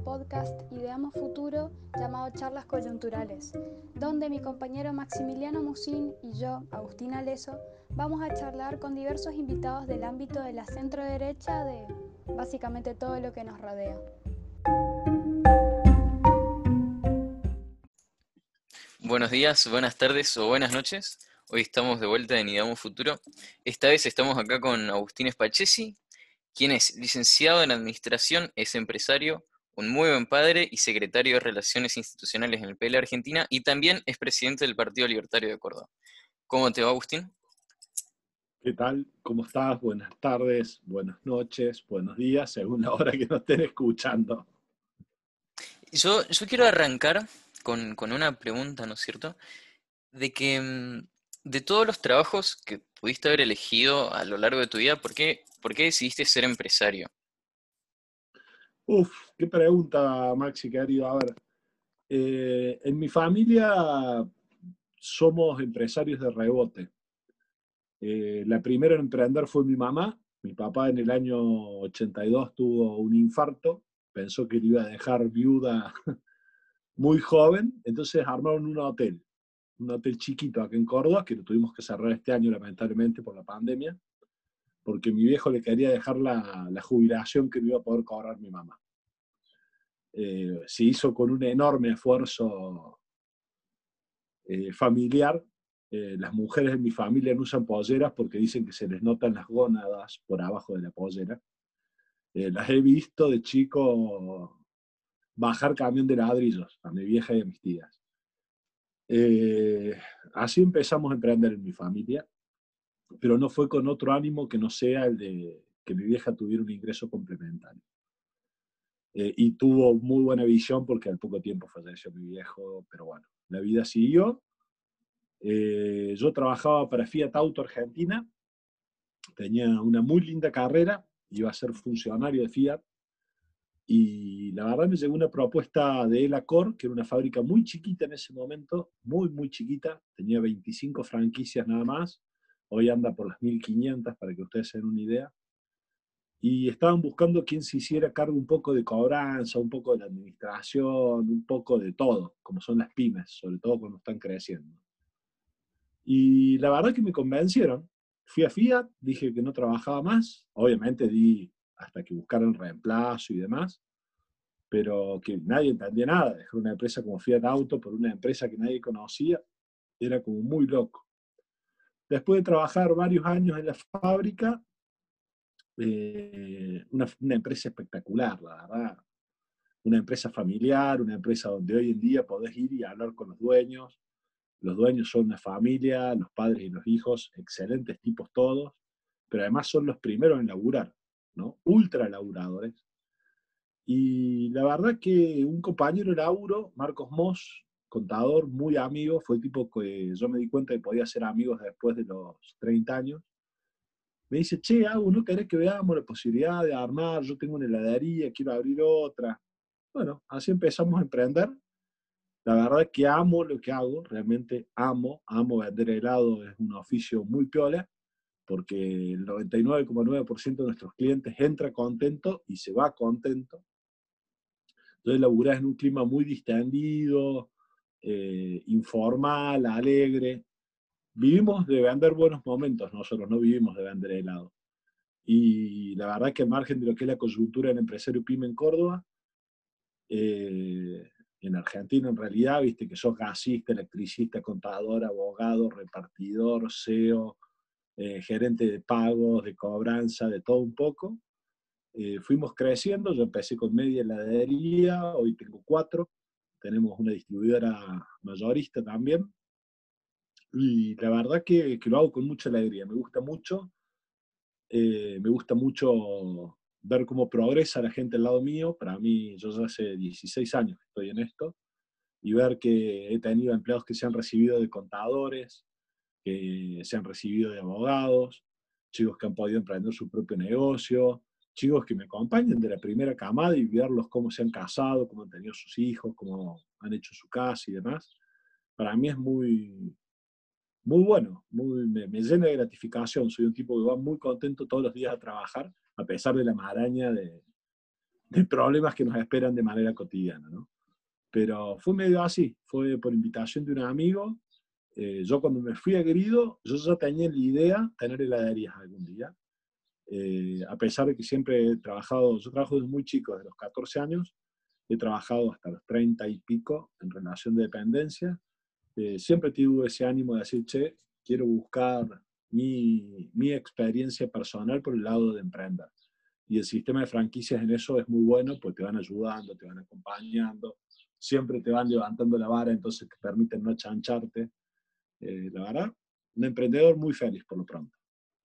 podcast Ideamos Futuro llamado Charlas Coyunturales, donde mi compañero Maximiliano Musín y yo, Agustina Leso, vamos a charlar con diversos invitados del ámbito de la centro-derecha de básicamente todo lo que nos rodea. Buenos días, buenas tardes o buenas noches. Hoy estamos de vuelta en Ideamos Futuro. Esta vez estamos acá con Agustín Spachesi, quien es licenciado en Administración, es empresario, un muy buen padre y secretario de Relaciones Institucionales en el PL Argentina, y también es presidente del Partido Libertario de Córdoba. ¿Cómo te va, Agustín? ¿Qué tal? ¿Cómo estás? Buenas tardes, buenas noches, buenos días, según la hora que nos estén escuchando. Yo quiero arrancar con una pregunta, ¿no es cierto? De que de todos los trabajos que pudiste haber elegido a lo largo de tu vida, ¿por qué decidiste ser empresario? Uf, qué pregunta, Maxi, querido. A ver, en mi familia somos empresarios de rebote. La primera en emprender fue mi mamá. Mi papá en el año 82 tuvo un infarto, pensó que le iba a dejar viuda muy joven, entonces armaron un hotel chiquito acá en Córdoba, que lo tuvimos que cerrar este año lamentablemente por la pandemia, porque mi viejo le quería dejar la jubilación que no iba a poder cobrar mi mamá. Se hizo con un enorme esfuerzo familiar. Las mujeres de mi familia no usan polleras porque dicen que se les notan las gónadas por abajo de la pollera. Las he visto de chico bajar camión de ladrillos a mi vieja y a mis tías. Así empezamos a emprender en mi familia, pero no fue con otro ánimo que no sea el de que mi vieja tuviera un ingreso complementario. Y tuvo muy buena visión porque al poco tiempo falleció mi viejo, pero bueno, la vida siguió. Yo trabajaba para Fiat Auto Argentina, tenía una muy linda carrera, iba a ser funcionario de Fiat, y la verdad me llegó una propuesta de Elacor, que era una fábrica muy chiquita en ese momento, muy, muy chiquita, tenía 25 franquicias nada más, hoy anda por las 1500 para que ustedes se den una idea, y estaban buscando quien se hiciera cargo un poco de cobranza, un poco de la administración, un poco de todo, como son las pymes, sobre todo cuando están creciendo. Y la verdad que me convencieron. Fui a Fiat, dije que no trabajaba más, obviamente di hasta que buscaran reemplazo y demás, pero que nadie entendía nada. Dejar una empresa como Fiat Auto por una empresa que nadie conocía era como muy loco. Después de trabajar varios años en la fábrica, una empresa espectacular, la verdad. Una empresa familiar, una empresa donde hoy en día podés ir y hablar con los dueños. Los dueños son una familia, los padres y los hijos, excelentes tipos todos, pero además son los primeros en laburar, ¿no? Ultra laburadores. Y la verdad que un compañero de laburo, Marcos Moss, contador, muy amigo, fue el tipo que yo me di cuenta que podía ser amigos después de los 30 años. Me dice, che, Agus, ¿no querés que veamos la posibilidad de armar? Yo tengo una heladería, quiero abrir otra. Bueno, así empezamos a emprender. La verdad es que amo lo que hago, realmente amo vender helado, es un oficio muy piola, porque el 99,9% de nuestros clientes entra contento y se va contento. Entonces laburás en un clima muy distendido, informal, alegre. Vivimos de vender buenos momentos, nosotros no vivimos de vender helado. Y la verdad es que al margen de lo que es la coyuntura del empresario PYME en Córdoba, en Argentina en realidad, viste que sos gasista, electricista, contador, abogado, repartidor, CEO, gerente de pagos, de cobranza, de todo un poco. Fuimos creciendo, yo empecé con media heladería, hoy tengo 4, tenemos una distribuidora mayorista también, y la verdad que lo hago con mucha alegría, me gusta mucho ver cómo progresa la gente al lado mío. Para mí, yo ya hace 16 años que estoy en esto, y ver que he tenido empleados que se han recibido de contadores, que se han recibido de abogados, chicos que han podido emprender su propio negocio, chicos que me acompañan de la primera camada y verlos cómo se han casado, cómo han tenido sus hijos, cómo han hecho su casa y demás. Para mí es muy, muy bueno, me llena de gratificación. Soy un tipo que va muy contento todos los días a trabajar, a pesar de la maraña de de problemas que nos esperan de manera cotidiana, ¿no? Pero fue medio así, fue por invitación de un amigo. Yo cuando me fui a Querido, yo ya tenía la idea de tener heladerías algún día. A pesar de que siempre he trabajado, yo trabajo desde muy chico, desde los 14 años, he trabajado hasta los 30 y pico en relación de dependencia. Siempre tuve ese ánimo de decir, che, quiero buscar mi experiencia personal por el lado de emprender. Y el sistema de franquicias en eso es muy bueno, pues te van ayudando, te van acompañando, siempre te van levantando la vara, entonces te permiten no chancharte. La verdad, un emprendedor muy feliz por lo pronto.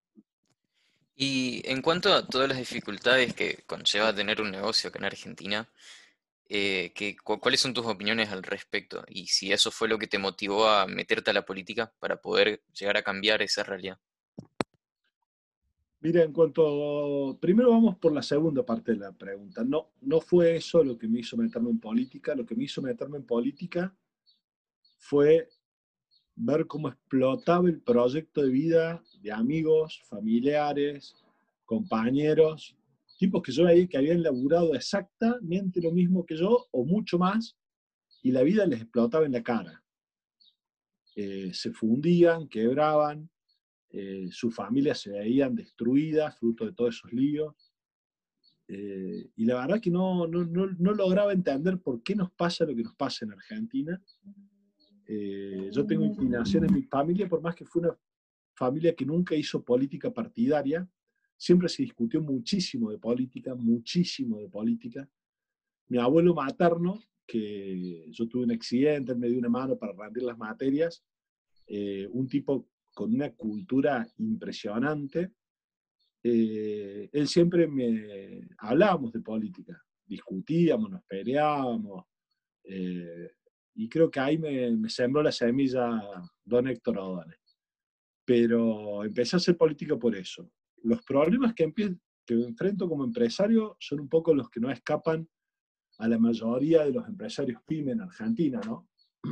Y en cuanto a todas las dificultades que conlleva tener un negocio acá en Argentina, ¿cuáles son tus opiniones al respecto? Y si eso fue lo que te motivó a meterte a la política para poder llegar a cambiar esa realidad. Mira, en cuanto, primero vamos por la segunda parte de la pregunta. No, no fue eso lo que me hizo meterme en política. Lo que me hizo meterme en política fue ver cómo explotaba el proyecto de vida de amigos, familiares, compañeros, tipos que yo veía que habían laburado exactamente lo mismo que yo o mucho más, y la vida les explotaba en la cara. Se fundían, quebraban, sus familias se veían destruidas, fruto de todos esos líos. Y la verdad que no lograba entender por qué nos pasa lo que nos pasa en Argentina. Yo tengo inclinación en mi familia, por más que fue una familia que nunca hizo política partidaria, siempre se discutió muchísimo de política, muchísimo de política. Mi abuelo materno, que yo tuve un accidente, él me dio una mano para rendir las materias, un tipo con una cultura impresionante, él siempre hablábamos de política, discutíamos, nos peleábamos, y creo que ahí me sembró la semilla don Héctor O'Donnell. Pero empecé a hacer política por eso. Los problemas que enfrento como empresario son un poco los que no escapan a la mayoría de los empresarios pyme en Argentina, ¿no?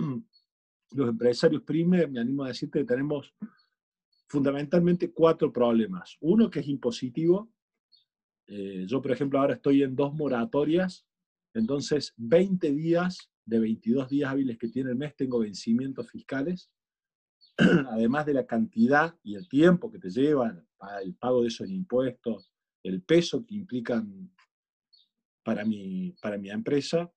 Los empresarios pyme, me animo a decirte que tenemos fundamentalmente 4 problemas. Uno que es impositivo. Yo, por ejemplo, ahora estoy en 2 moratorias, entonces 20 días de 22 días hábiles que tiene el mes tengo vencimientos fiscales, además de la cantidad y el tiempo que te llevan para el pago de esos impuestos, el peso que implican para mi empresa.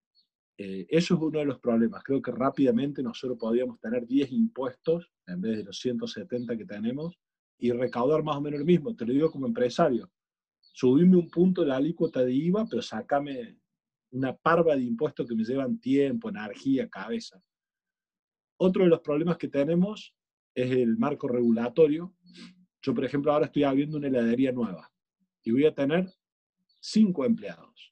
Eso es uno de los problemas. Creo que rápidamente nosotros podríamos tener 10 impuestos en vez de los 170 que tenemos y recaudar más o menos lo mismo. Te lo digo como empresario. Subime un punto de la alícuota de IVA, pero sacame una parva de impuestos que me llevan tiempo, energía, cabeza. Otro de los problemas que tenemos es el marco regulatorio. Yo, por ejemplo, ahora estoy abriendo una heladería nueva y voy a tener 5 empleados.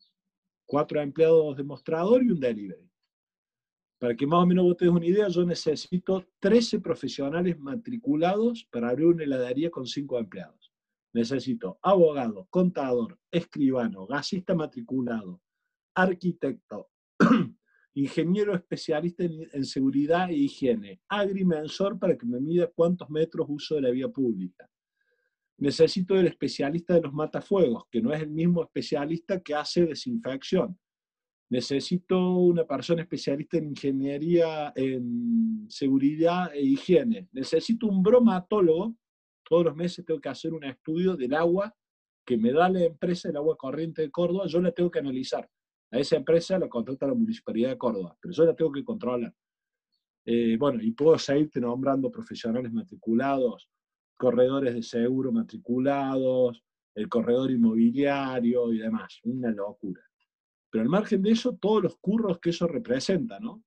4 empleados de mostrador y un delivery. Para que más o menos vos te des una idea, yo necesito 13 profesionales matriculados para abrir una heladería con 5 empleados. Necesito abogado, contador, escribano, gasista matriculado, arquitecto, ingeniero especialista en seguridad e higiene, agrimensor para que me mida cuántos metros uso de la vía pública. Necesito el especialista de los matafuegos, que no es el mismo especialista que hace desinfección. Necesito una persona especialista en ingeniería, en seguridad e higiene. Necesito un bromatólogo. Todos los meses tengo que hacer un estudio del agua que me da la empresa, el agua corriente de Córdoba. Yo la tengo que analizar. A esa empresa la contrata la Municipalidad de Córdoba, pero yo la tengo que controlar. Bueno, y puedo seguirte nombrando profesionales matriculados, corredores de seguro matriculados, el corredor inmobiliario y demás. Una locura. Pero al margen de eso, todos los curros que eso representa, ¿no?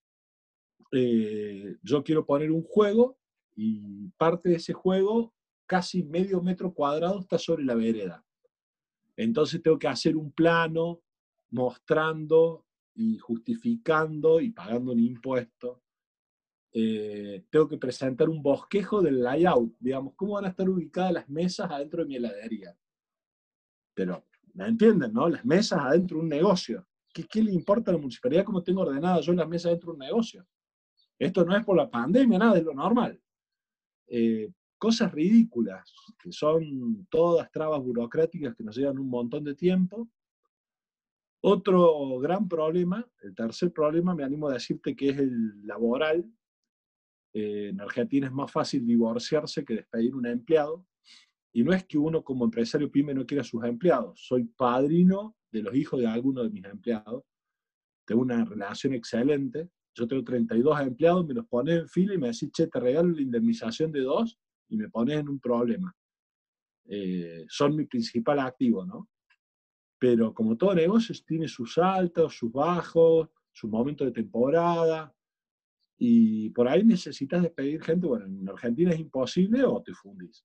Yo quiero poner un juego y parte de ese juego, casi medio metro cuadrado, está sobre la vereda. Entonces tengo que hacer un plano mostrando y justificando y pagando un impuesto. Tengo que presentar un bosquejo del layout, digamos, cómo van a estar ubicadas las mesas adentro de mi heladería. Pero, ¿me entienden, no? Las mesas adentro de un negocio. ¿Qué le importa a la municipalidad cómo tengo ordenadas yo las mesas dentro de un negocio? Esto no es por la pandemia, nada, es lo normal. Cosas ridículas, que son todas trabas burocráticas que nos llevan un montón de tiempo. Otro gran problema, el tercer problema, me animo a decirte que es el laboral. En Argentina es más fácil divorciarse que despedir un empleado. Y no es que uno como empresario pyme no quiera a sus empleados. Soy padrino de los hijos de algunos de mis empleados. Tengo una relación excelente. Yo tengo 32 empleados, me los pones en fila y me decís, che, te regalo la indemnización de 2 y me pones en un problema. Son mi principal activo, ¿no? Pero como todo negocio tiene sus altos, sus bajos, sus momentos de temporada, y por ahí necesitas despedir gente. Bueno, en Argentina es imposible o te fundís.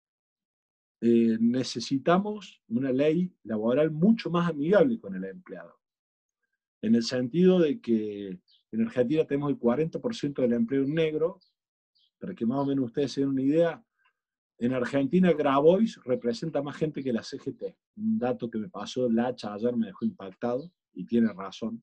Necesitamos una ley laboral mucho más amigable con el empleado, en el sentido de que en Argentina tenemos el 40% del empleo en negro. Para que más o menos ustedes se den una idea, en Argentina Grabois representa más gente que la CGT. Un dato que me pasó Lacha ayer me dejó impactado, y tiene razón.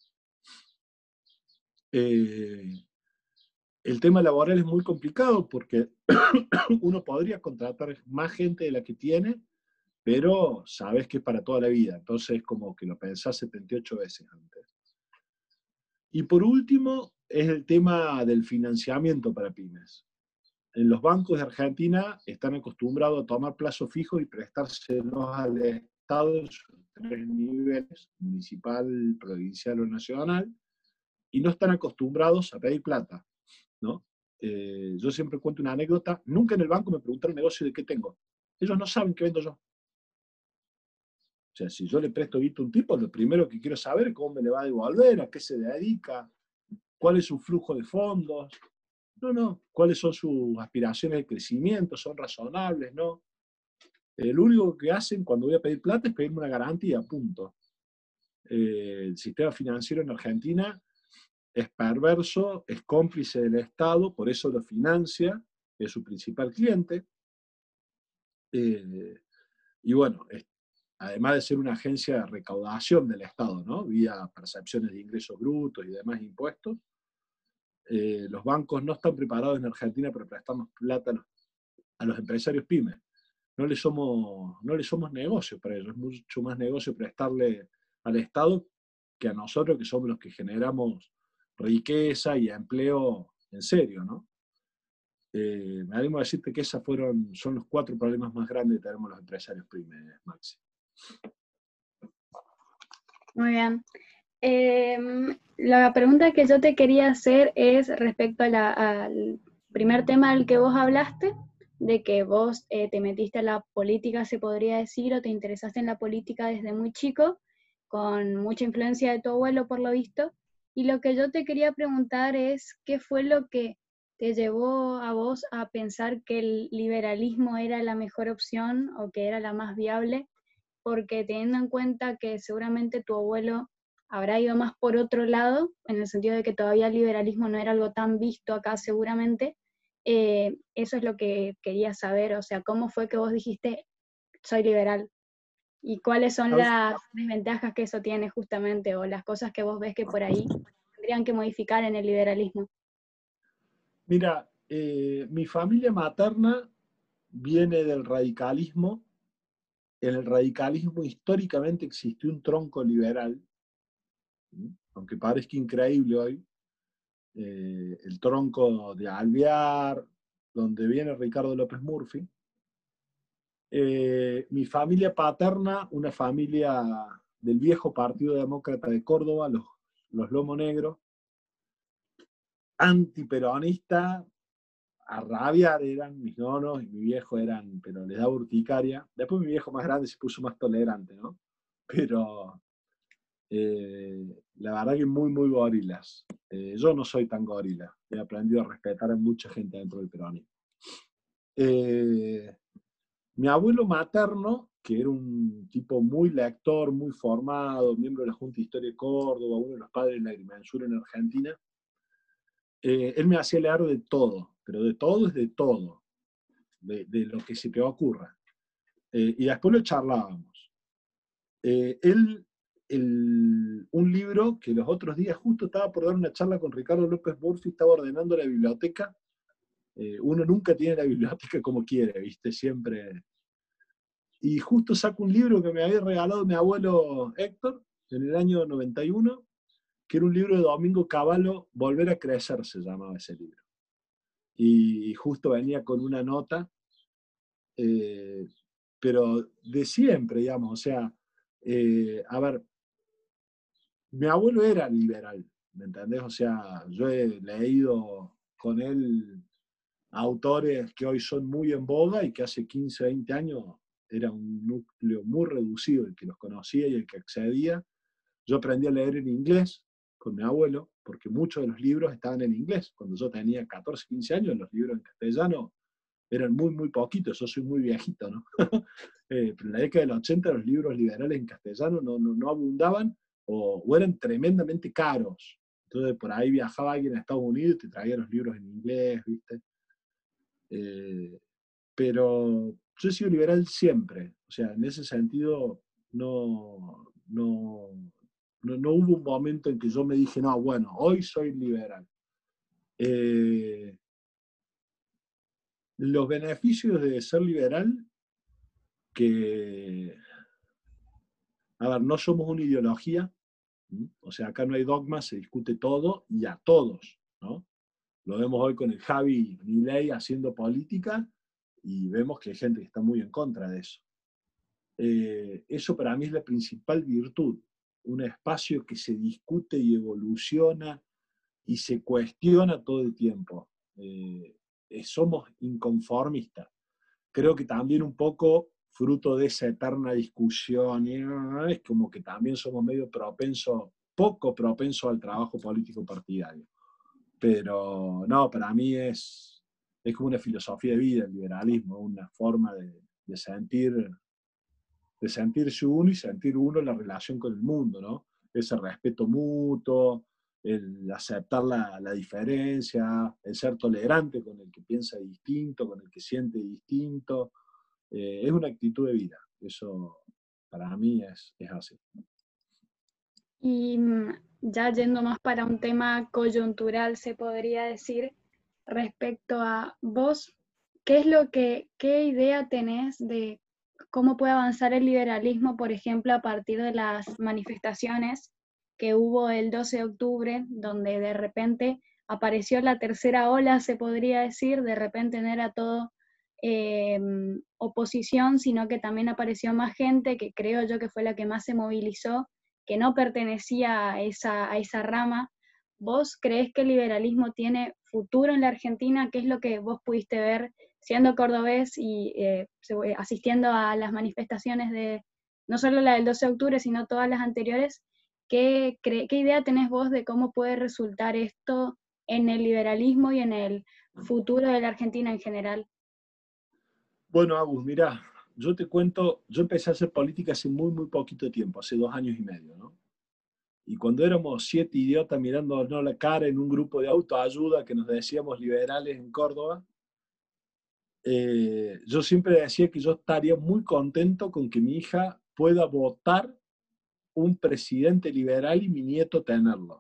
El tema laboral es muy complicado porque uno podría contratar más gente de la que tiene, pero sabes que es para toda la vida. Entonces, como que lo pensás 78 veces antes. Y por último, es el tema del financiamiento para pymes. En los bancos de Argentina están acostumbrados a tomar plazos fijos y prestárselos al Estado en sus 3 niveles, municipal, provincial o nacional, y no están acostumbrados a pedir plata, ¿no? Yo siempre cuento una anécdota. Nunca en el banco me preguntaron negocio de qué tengo. Ellos no saben qué vendo yo. O sea, si yo le presto guita a un tipo, lo primero que quiero saber es cómo me le va a devolver, a qué se dedica, cuál es su flujo de fondos. No, cuáles son sus aspiraciones de crecimiento, son razonables, ¿no? Lo único que hacen cuando voy a pedir plata es pedirme una garantía, punto. El sistema financiero en Argentina es perverso, es cómplice del Estado, por eso lo financia, es su principal cliente. Y bueno, además de ser una agencia de recaudación del Estado, ¿no? Vía percepciones de ingresos brutos y demás impuestos, los bancos no están preparados en Argentina para prestarnos plata a los empresarios pymes. No le somos negocio para ellos, es mucho más negocio prestarle al Estado que a nosotros, que somos los que generamos riqueza y empleo en serio, ¿no? Me animo a decirte que son los 4 problemas más grandes que tenemos los empresarios pymes, Maxi. Muy bien. La pregunta que yo te quería hacer es respecto al primer tema del que vos hablaste, de que vos te metiste a la política, se podría decir, o te interesaste en la política desde muy chico, con mucha influencia de tu abuelo por lo visto. Y lo que yo te quería preguntar es, ¿qué fue lo que te llevó a vos a pensar que el liberalismo era la mejor opción o que era la más viable? Porque teniendo en cuenta que seguramente tu abuelo habrá ido más por otro lado, en el sentido de que todavía el liberalismo no era algo tan visto acá seguramente, eso es lo que quería saber, o sea, ¿cómo fue que vos dijiste, soy liberal? ¿Y cuáles son ¿Sabes? las desventajas que eso tiene justamente, o las cosas que vos ves que por ahí tendrían que modificar en el liberalismo? Mira, mi familia materna viene del radicalismo. En el radicalismo históricamente existió un tronco liberal, aunque parezca increíble hoy, el tronco de Alvear, donde viene Ricardo López Murphy. Mi familia paterna, una familia del viejo Partido Demócrata de Córdoba, los Lomo Negro, antiperonista, a rabiar eran mis nonos, y mi viejo eran, pero les daba urticaria. Después mi viejo más grande se puso más tolerante, ¿no? Pero la verdad que muy, muy gorilas. Yo no soy tan gorila. He aprendido a respetar a mucha gente dentro del peronismo. Mi abuelo materno, que era un tipo muy lector, muy formado, miembro de la Junta de Historia de Córdoba, uno de los padres de la agrimensura en Argentina, él me hacía leer de todo, pero de todo es de todo, de lo que se te ocurra. Y después lo charlábamos. Un libro que los otros días justo estaba por dar una charla con Ricardo López Murphy, estaba ordenando la biblioteca. Uno nunca tiene la biblioteca como quiere, ¿viste? Siempre. Y justo saco un libro que me había regalado mi abuelo Héctor, en el año 91, que era un libro de Domingo Cavallo, Volver a crecer se llamaba ese libro. Y justo venía con una nota, pero de siempre, digamos, o sea, a ver, mi abuelo era liberal, ¿me entendés? O sea, yo he leído con él autores que hoy son muy en boga y que hace 15, 20 años era un núcleo muy reducido el que los conocía y el que accedía. Yo aprendí a leer en inglés con mi abuelo, porque muchos de los libros estaban en inglés. Cuando yo tenía 14, 15 años, los libros en castellano eran muy, muy poquitos. Yo soy muy viejito, ¿no? Pero en la década del 80 los libros liberales en castellano no abundaban o eran tremendamente caros. Entonces por ahí viajaba alguien a Estados Unidos y te traía los libros en inglés, ¿viste? Pero yo he sido liberal siempre. O sea, en ese sentido no hubo un momento en que yo me dije, no, bueno, hoy soy liberal. Los beneficios de ser liberal, que, a ver, no somos una ideología, o sea, acá no hay dogmas, se discute todo y a todos, ¿no? Lo vemos hoy con el Javi Milei haciendo política y vemos que hay gente que está muy en contra de eso. Eso para mí es la principal virtud, un espacio que se discute y evoluciona y se cuestiona todo el tiempo. Somos inconformistas. Creo que también un poco fruto de esa eterna discusión, es como que también somos medio poco propensos al trabajo político partidario. Pero no, para mí es como una filosofía de vida el liberalismo, una forma de sentirse uno y sentir uno la relación con el mundo, ¿no? Ese respeto mutuo, el aceptar la diferencia, el ser tolerante con el que piensa distinto, con el que siente distinto. Es una actitud de vida. Eso para mí es así. Y ya yendo más para un tema coyuntural, se podría decir, respecto a vos, qué idea tenés de cómo puede avanzar el liberalismo, por ejemplo, a partir de las manifestaciones que hubo el 12 de octubre, donde de repente apareció la tercera ola, se podría decir, de repente no era todo oposición, sino que también apareció más gente, que creo yo que fue la que más se movilizó, que no pertenecía a esa rama. ¿Vos creés que el liberalismo tiene futuro en la Argentina? ¿Qué es lo que vos pudiste ver siendo cordobés y asistiendo a las manifestaciones de, no solo la del 12 de octubre, sino todas las anteriores? ¿Qué idea tenés vos de cómo puede resultar esto en el liberalismo y en el futuro de la Argentina en general? Bueno, Agus, mirá, yo te cuento, yo empecé a hacer política hace muy, muy poquito tiempo, hace 2 años y medio, ¿no? Y cuando éramos 7 idiotas mirándonos la cara en un grupo de autoayuda que nos decíamos liberales en Córdoba, yo siempre decía que yo estaría muy contento con que mi hija pueda votar un presidente liberal y mi nieto tenerlo.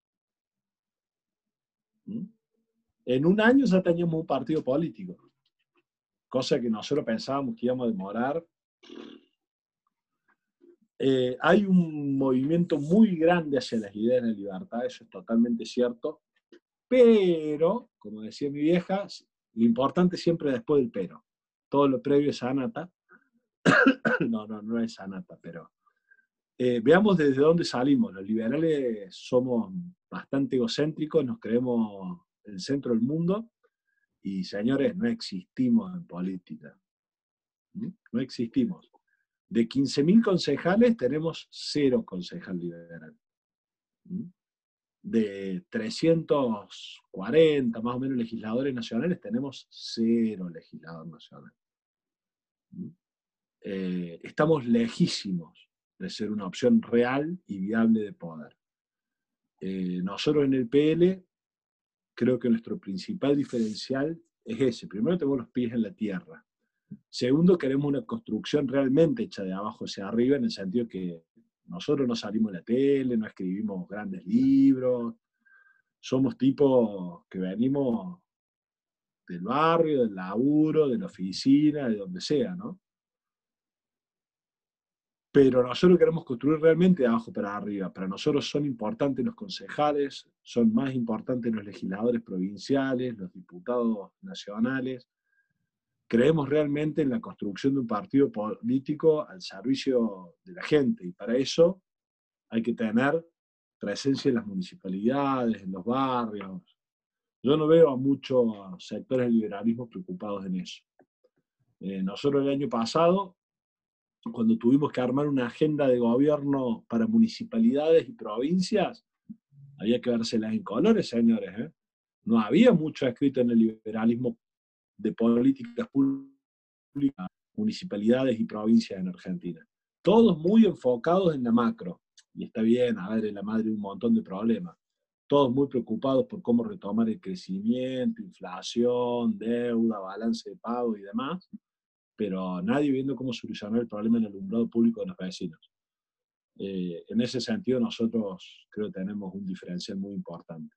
¿Mm? En un año ya teníamos un partido político, cosa que nosotros pensábamos que íbamos a demorar. Hay un movimiento muy grande hacia las ideas de libertad, eso es totalmente cierto, pero, como decía mi vieja, lo importante siempre después del pero. Todo lo previo es anata. No es anata, pero veamos desde dónde salimos. Los liberales somos bastante egocéntricos, nos creemos el centro del mundo y, señores, no existimos en política. No existimos. De 15.000 concejales tenemos 0 concejal liberal. De 340 más o menos legisladores nacionales tenemos 0 legislador nacional. Estamos lejísimos de ser una opción real y viable de poder. Nosotros en el PL creo que nuestro principal diferencial es ese. Primero, tenemos los pies en la tierra. Segundo, queremos una construcción realmente hecha de abajo hacia arriba, en el sentido que nosotros no salimos en la tele, no escribimos grandes libros, somos tipos que venimos del barrio, del laburo, de la oficina, de donde sea, ¿no? Pero nosotros queremos construir realmente de abajo para arriba. Para nosotros son importantes los concejales, son más importantes los legisladores provinciales, los diputados nacionales. Creemos realmente en la construcción de un partido político al servicio de la gente, y para eso hay que tener presencia en las municipalidades, en los barrios. Yo no veo a muchos sectores del liberalismo preocupados en eso. Nosotros el año pasado, cuando tuvimos que armar una agenda de gobierno para municipalidades y provincias, había que vérselas en colores, señores, ¿eh? No había mucho escrito en el liberalismo de políticas públicas, municipalidades y provincias en Argentina. Todos muy enfocados en la macro. Y está bien, a ver, es la madre de un montón de problemas. Todos muy preocupados por cómo retomar el crecimiento, inflación, deuda, balance de pago y demás, pero nadie viendo cómo solucionar el problema del alumbrado público de los vecinos. En ese sentido, nosotros creo que tenemos un diferencial muy importante.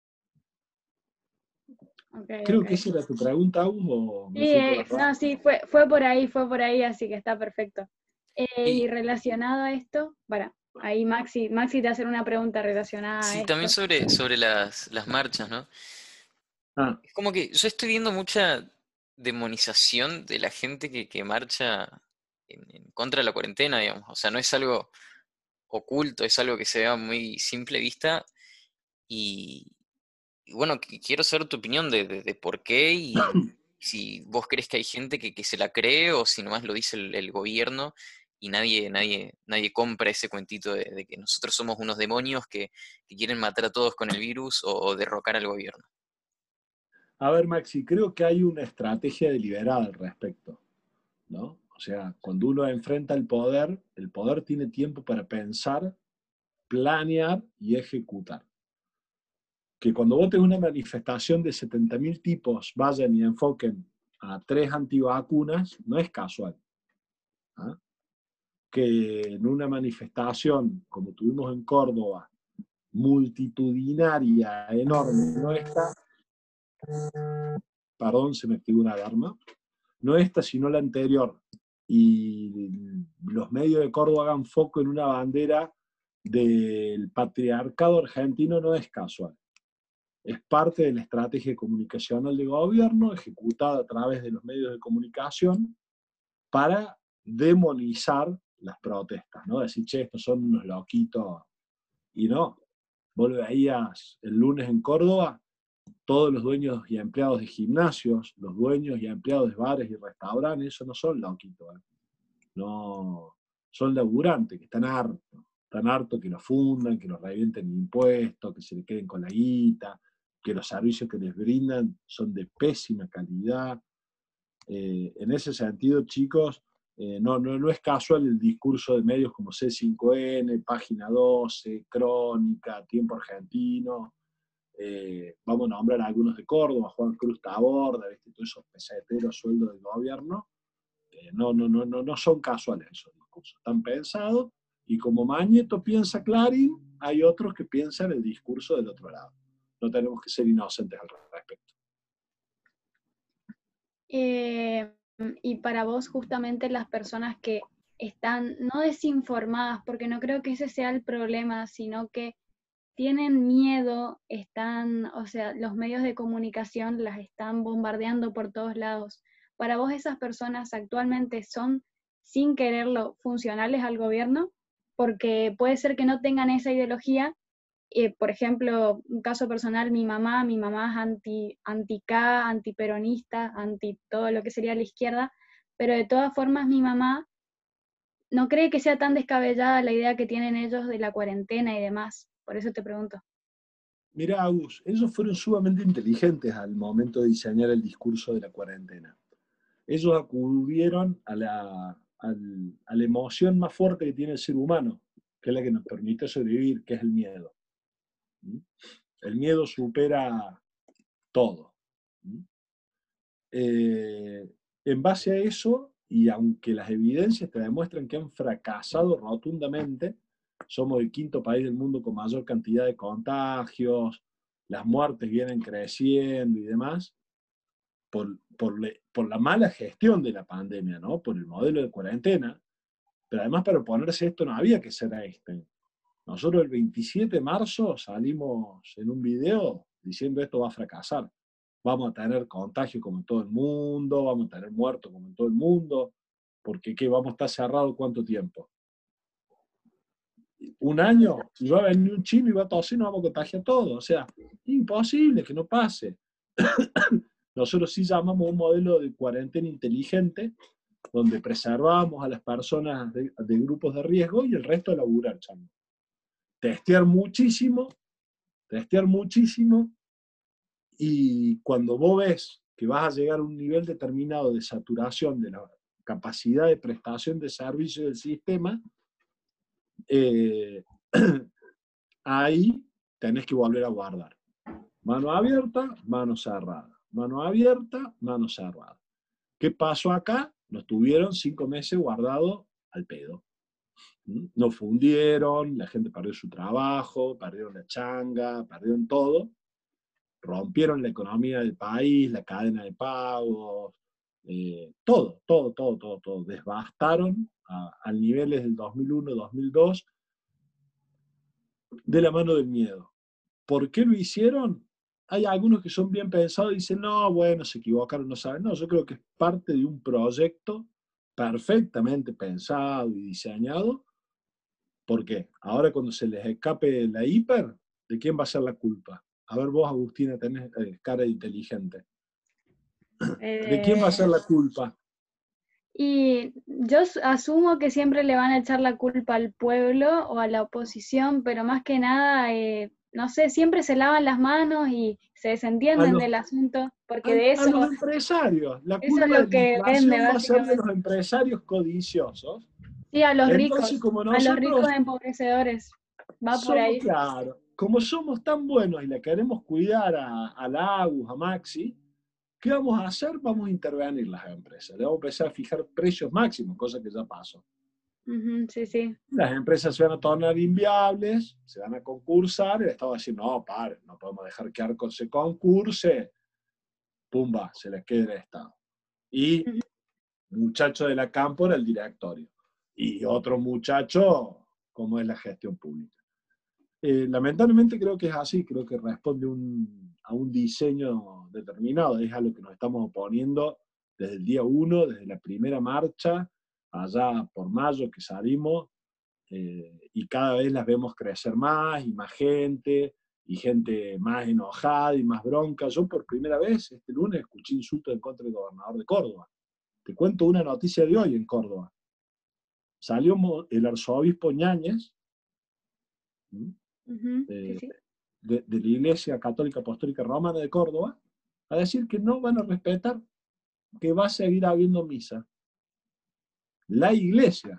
Creo que esa era tu pregunta, Agus, o me fui por las ramas. No, sí, fue por ahí, así que está perfecto. Y relacionado a esto, ahí Maxi te va a hacer una pregunta relacionada a Sí, esto. también sobre las marchas, ¿no? Es como que yo estoy viendo mucha demonización de la gente que marcha en contra de la cuarentena, digamos. O sea, no es algo oculto, es algo que se ve a muy simple vista. Y bueno, quiero saber tu opinión de por qué y si vos crees que hay gente que se la cree o si nomás lo dice el gobierno y nadie compra ese cuentito de que nosotros somos unos demonios que quieren matar a todos con el virus o derrocar al gobierno. A ver, Maxi, creo que hay una estrategia deliberada al respecto, ¿no? O sea, cuando uno enfrenta el poder tiene tiempo para pensar, planear y ejecutar. Que cuando vos tenés una manifestación de 70.000 tipos vayan y enfoquen a 3 antivacunas, no es casual. ¿Ah? Que en una manifestación, como tuvimos en Córdoba, multitudinaria, enorme, no está, perdón, se me activó una alarma, no esta, sino la anterior, y los medios de Córdoba hagan foco en una bandera del patriarcado argentino, no es casual. Es parte de la estrategia comunicacional del gobierno, ejecutada a través de los medios de comunicación, para demonizar las protestas, ¿no? Decir, che, estos son unos loquitos. Y no, vos lo veías el lunes en Córdoba, todos los dueños y empleados de gimnasios, los dueños y empleados de bares y restaurantes, eso no son loquitos, ¿eh? No, son laburantes que están hartos que los fundan, que los revienten impuestos, que se le queden con la guita, que los servicios que les brindan son de pésima calidad. En ese sentido, chicos, no es casual el discurso de medios como C5N, Página 12, Crónica, Tiempo Argentino. Vamos a nombrar a algunos de Córdoba, Juan Cruz Taborda, ¿viste? Todos esos peseteros sueldos del gobierno. No son casuales esos discursos, están pensados, y como Mañeto piensa Clarín, hay otros que piensan el discurso del otro lado. No tenemos que ser inocentes al respecto. Y para vos, justamente las personas que están no desinformadas, porque no creo que ese sea el problema, sino que tienen miedo, o sea, los medios de comunicación las están bombardeando por todos lados. Para vos, esas personas actualmente son, sin quererlo, funcionales al gobierno, porque puede ser que no tengan esa ideología. Por ejemplo, un caso personal, mi mamá es anti-K, antiperonista, anti todo lo que sería la izquierda, pero de todas formas mi mamá no cree que sea tan descabellada la idea que tienen ellos de la cuarentena y demás. Por eso te pregunto. Mirá, Agus, ellos fueron sumamente inteligentes al momento de diseñar el discurso de la cuarentena. Ellos acudieron a la emoción más fuerte que tiene el ser humano, que es la que nos permite sobrevivir, que es el miedo. El miedo supera todo. En base a eso, y aunque las evidencias te demuestran que han fracasado rotundamente, somos el 5º país del mundo con mayor cantidad de contagios, las muertes vienen creciendo y demás, por la mala gestión de la pandemia, ¿no? Por el modelo de cuarentena, Pero además para oponerse a esto no había que ser Einstein. Nosotros el 27 de marzo salimos en un video diciendo esto va a fracasar. Vamos a tener contagio como en todo el mundo, vamos a tener muertos como en todo el mundo, porque ¿qué? Vamos a estar cerrados ¿cuánto tiempo? Un año, si va a venir un chino y va a toser, nos vamos a contagiar todo. O sea, imposible que no pase. Nosotros sí llamamos un modelo de cuarentena inteligente, donde preservamos a las personas de grupos de riesgo y el resto a laburar, chamo. Testear muchísimo, y cuando vos ves que vas a llegar a un nivel determinado de saturación de la capacidad de prestación de servicio del sistema, ahí tenés que volver a guardar. Mano abierta, mano cerrada. Mano abierta, mano cerrada. ¿Qué pasó acá? Nos tuvieron 5 meses guardados al pedo. No fundieron, la gente perdió su trabajo, perdieron la changa, perdieron todo. Rompieron la economía del país, la cadena de pagos, todo. Devastaron a niveles del 2001, 2002, de la mano del miedo. ¿Por qué lo hicieron? Hay algunos que son bien pensados y dicen, no, bueno, se equivocaron, no saben. No, yo creo que es parte de un proyecto perfectamente pensado y diseñado. ¿Por qué? Ahora cuando se les escape la hiper, ¿de quién va a ser la culpa? A ver vos, Agustina, tenés cara de inteligente. ¿De quién va a ser la culpa? Y yo asumo que siempre le van a echar la culpa al pueblo o a la oposición, pero más que nada, no sé, siempre se lavan las manos y se desentienden del asunto, porque de A eso, los empresarios. La eso es culpa lo de la que vende, inflación va a ser de los básicamente. empresarios codiciosos. Sí, a los Entonces, ricos, como a los ricos nosotros empobrecedores. Va por somos, ahí. claro, como somos tan buenos y le queremos cuidar a la Agus, a Maxi, ¿qué vamos a hacer? Vamos a intervenir las empresas. Le vamos a empezar a fijar precios máximos, cosa que ya pasó. Sí, sí. Las empresas se van a tornar inviables, se van a concursar, y el Estado va a decir, no, pare, no podemos dejar que Arco se concurse. Pumba, se les queda el Estado. Y Ujú. muchacho de la cámpora, el directorio. Y otro muchacho, como es la gestión pública. Lamentablemente creo que es así, creo que responde a un diseño determinado, es a lo que nos estamos oponiendo desde el día 1, desde la primera marcha, allá por mayo que salimos, y cada vez las vemos crecer más y más gente, y gente más enojada y más bronca. Yo por primera vez este lunes escuché insultos en contra del gobernador de Córdoba. Te cuento una noticia de hoy en Córdoba. Salió el arzobispo Ñáñez, Sí, sí. de la Iglesia Católica Apostólica Romana de Córdoba, a decir que no van a respetar, que va a seguir habiendo misa. La Iglesia.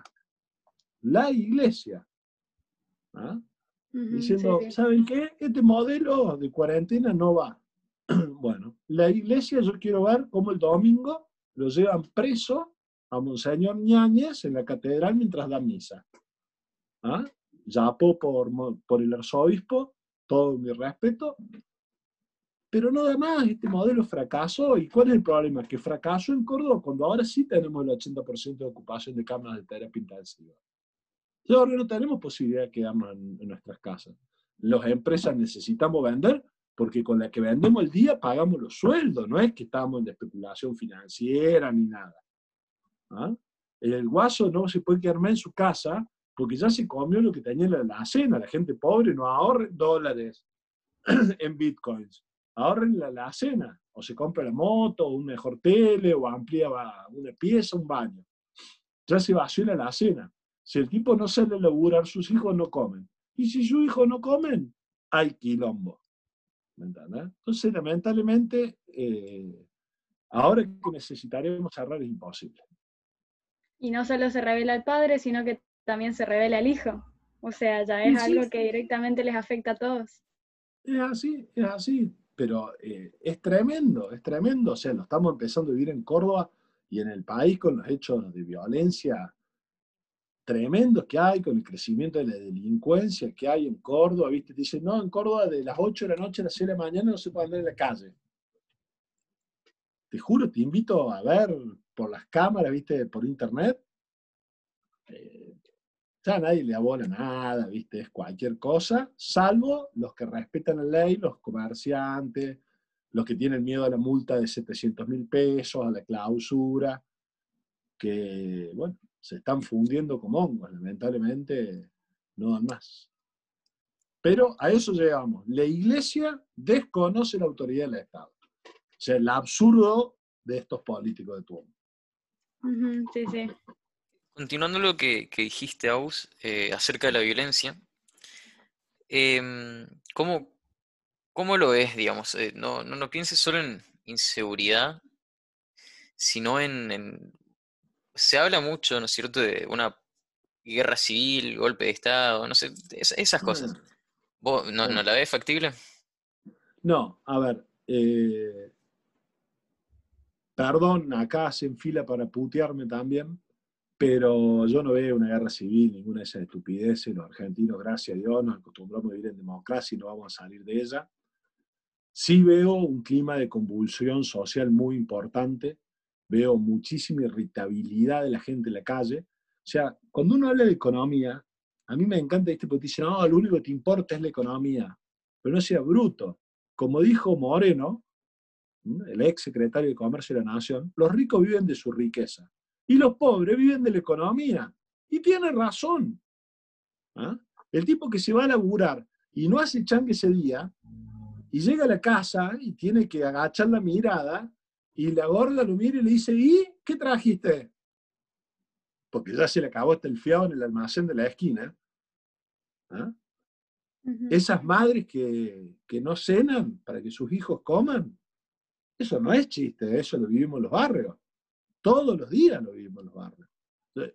¿Ah? Sí, Diciendo, sí. ¿saben qué? Este modelo de cuarentena no va. Bueno, la Iglesia, yo quiero ver cómo el domingo lo llevan preso a Monseñor Ñáñez en la catedral mientras da misa. ¿Ah? Yapó por el arzobispo, todo mi respeto, pero no da más, este modelo fracasó. ¿Y cuál es el problema? Que fracasó en Córdoba cuando ahora sí tenemos el 80% de ocupación de camas de terapia intensiva. Y ahora no tenemos posibilidad de quedarnos en nuestras casas. Las empresas necesitamos vender porque con la que vendemos el día pagamos los sueldos, no es que estamos en la especulación financiera ni nada. ¿Ah? El guaso no se puede quedar más en su casa porque ya se comió lo que tenía en la cena. La gente pobre no ahorre dólares en bitcoins. Ahorren la cena, o se compra la moto, o un mejor tele, o amplía una pieza, un baño. Ya se vació la cena. Si el tipo no sale a laburar, sus hijos no comen. Y si sus hijos no comen, hay quilombo. ¿Me entiendes? Entonces, lamentablemente, ahora que necesitaremos cerrar es imposible. Y no solo se revela al padre, sino que también se revela al hijo. O sea, ya es Y sí, algo que directamente les afecta a todos. es así. Pero es tremendo, es tremendo. O sea, lo estamos empezando a vivir en Córdoba y en el país con los hechos de violencia tremendos que hay, con el crecimiento de la delincuencia que hay en Córdoba, ¿viste? Te dicen, no, en Córdoba de las 8 de la noche a las 6 de la mañana no se puede andar en la calle. Te juro, te invito a ver por las cámaras, ¿viste? Por internet. Ya a nadie le abola nada, ¿viste? Es cualquier cosa, salvo los que respetan la ley, los comerciantes, los que tienen miedo a la multa de 700.000 pesos, a la clausura, que, bueno, se están fundiendo como hongos, lamentablemente no dan más. Pero a eso llegamos. La Iglesia desconoce la autoridad del Estado. O sea, el absurdo de estos políticos de turno. Sí, sí. Continuando lo que dijiste, Aus, acerca de la violencia, em, ¿cómo, cómo lo ves, digamos? No pienses solo en inseguridad, sino se habla mucho, ¿no es cierto?, de una guerra civil, golpe de Estado, no sé, esas cosas. ¿Vos no la ves factible? No, a ver, perdón, acá hacen fila para putearme también, pero yo no veo una guerra civil, ninguna de esas estupideces. Los argentinos, gracias a Dios, nos acostumbramos a vivir en democracia y no vamos a salir de ella. Sí veo un clima de convulsión social muy importante, veo muchísima irritabilidad de la gente en la calle. O sea, cuando uno habla de economía, a mí me encanta este porque dicen, no, lo único que te importa es la economía, pero no sea bruto. Como dijo Moreno, el ex secretario de Comercio de la Nación, los ricos viven de su riqueza y los pobres viven de la economía. Y tiene razón. ¿Ah? El tipo que se va a laburar y no hace changue ese día, y llega a la casa y tiene que agachar la mirada, y la gorda lo mira y le dice, ¿y qué trajiste? Porque ya se le acabó hasta el fiado en el almacén de la esquina. ¿Ah? Esas madres que no cenan para que sus hijos coman, eso no es chiste, eso lo vivimos en los barrios. Todos los días lo vivimos en los barrios. Entonces,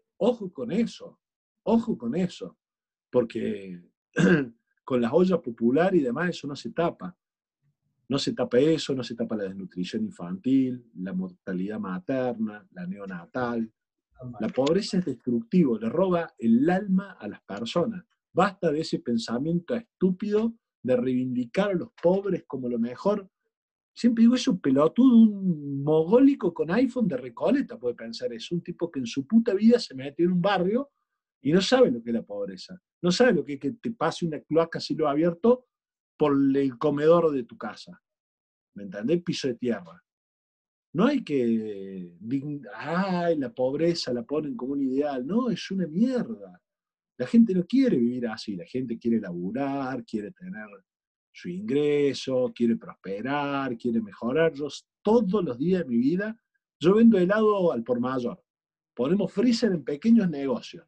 ojo con eso, porque con las ollas populares y demás eso no se tapa. No se tapa eso, no se tapa la desnutrición infantil, la mortalidad materna, la neonatal. La pobreza es destructivo, le roba el alma a las personas. Basta de ese pensamiento estúpido de reivindicar a los pobres como lo mejor. Siempre digo, es un pelotudo, un mogólico con iPhone de Recoleta puede pensar eso. Un tipo que en su puta vida se metió en un barrio y no sabe lo que es la pobreza. No sabe lo que es que te pase una cloaca a cielo abierto por el comedor de tu casa. ¿Me entendés? Piso de tierra. No hay que, ay, la pobreza la ponen como un ideal. No, es una mierda. La gente no quiere vivir así, la gente quiere laburar, quiere tener su ingreso, quiere prosperar, quiere mejorar. Yo todos los días de mi vida, yo vendo helado al por mayor. Ponemos freezer en pequeños negocios.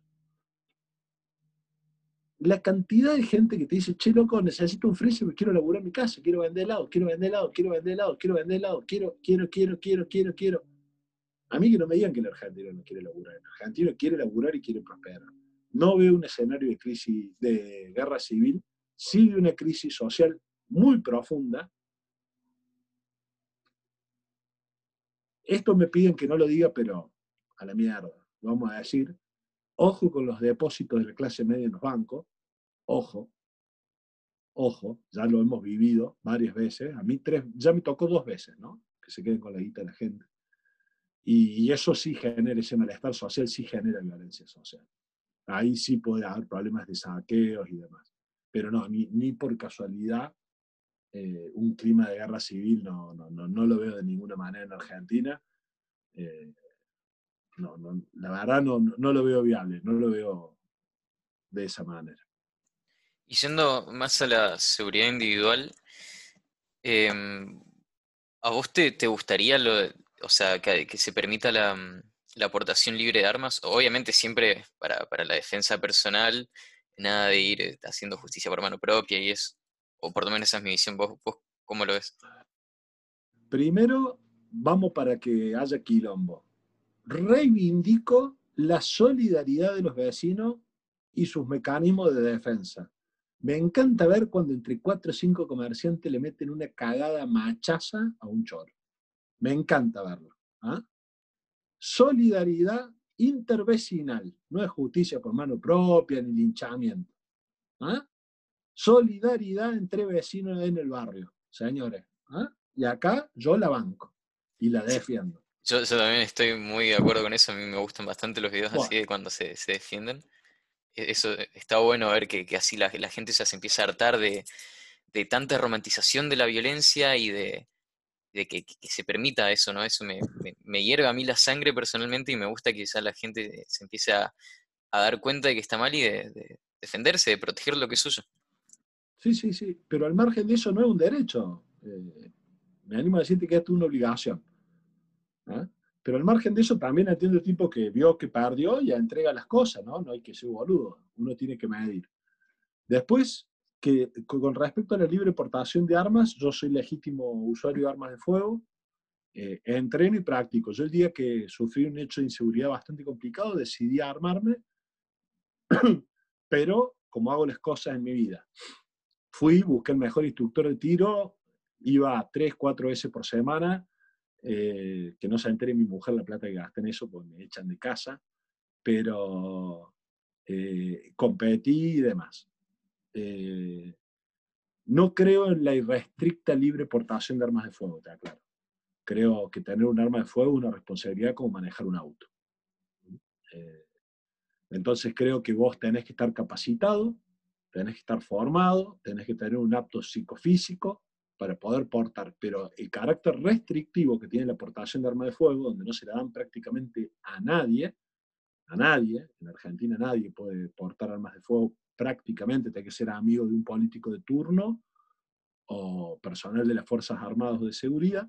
La cantidad de gente que te dice, che, loco, necesito un freezer porque quiero laburar en mi casa, quiero vender helado, quiero vender helado, quiero vender helado, quiero vender helado, quiero. A mí que no me digan que el argentino no quiere laburar. El argentino quiere laburar y quiere prosperar. No veo un escenario de crisis, de guerra civil, sí de una crisis social muy profunda. Esto me piden que no lo diga, pero a la mierda. Vamos a decir, ojo con los depósitos de la clase media en los bancos, ojo, ya lo hemos vivido varias veces. A mí ya me tocó 2 veces, ¿no? Que se queden con la guita de la gente. Y eso sí genera, ese malestar social sí genera violencia social. Ahí sí puede haber problemas de saqueos y demás. Pero no, ni por casualidad un clima de guerra civil no lo veo de ninguna manera en Argentina. La verdad no lo veo viable, no lo veo de esa manera. Y yendo más a la seguridad individual, em, ¿a vos te gustaría o sea, que se permita la aportación libre de armas? Obviamente siempre para la defensa personal, nada de ir haciendo justicia por mano propia y eso. O por lo menos esa es mi visión. ¿Vos cómo lo ves? Primero, vamos para que haya quilombo. Reivindico la solidaridad de los vecinos y sus mecanismos de defensa. Me encanta ver cuando entre 4 o 5 comerciantes le meten una cagada machaza a un choro. Me encanta verlo. ¿Ah? Solidaridad intervecinal. No es justicia por mano propia ni linchamiento. ¿Ah? Solidaridad entre vecinos en el barrio, señores. ¿Ah? Y acá yo la banco y la Sí, defiendo. yo también estoy muy de acuerdo con eso. A mí me gustan bastante los videos así Bueno, de cuando se defienden. eso está bueno ver que así la gente ya se empieza a hartar de tanta romantización de la violencia y de que se permita eso, ¿no? Eso me hierve a mí la sangre personalmente y me gusta que ya la gente se empiece a dar cuenta de que está mal y de defenderse, de proteger lo que es suyo. Sí, sí, sí, pero al margen de eso no es un derecho. Me animo a decirte que es una obligación. ¿Ah? Pero al margen de eso también entiendo el tipo que vio que perdió y entrega las cosas, ¿no? No hay que ser boludo, uno tiene que medir. Después, que con respecto a la libre portación de armas, yo soy legítimo usuario de armas de fuego, entreno y practico. Yo el día que sufrí un hecho de inseguridad bastante complicado, decidí armarme, pero como hago las cosas en mi vida. Fui, busqué el mejor instructor de tiro, iba 3, 4 veces por semana, que no se entere mi mujer la plata que gasté en eso, porque me echan de casa, pero competí y demás. No creo en la irrestricta libre portación de armas de fuego, te aclaro. Creo que tener un arma de fuego es una responsabilidad como manejar un auto. Eh, entonces creo que vos tenés que estar capacitado, tenés que estar formado, tenés que tener un apto psicofísico para poder portar, pero el carácter restrictivo que tiene la portación de arma de fuego, donde no se la dan prácticamente a nadie, en Argentina nadie puede portar armas de fuego prácticamente, tiene que ser amigo de un político de turno o personal de las Fuerzas Armadas o de Seguridad.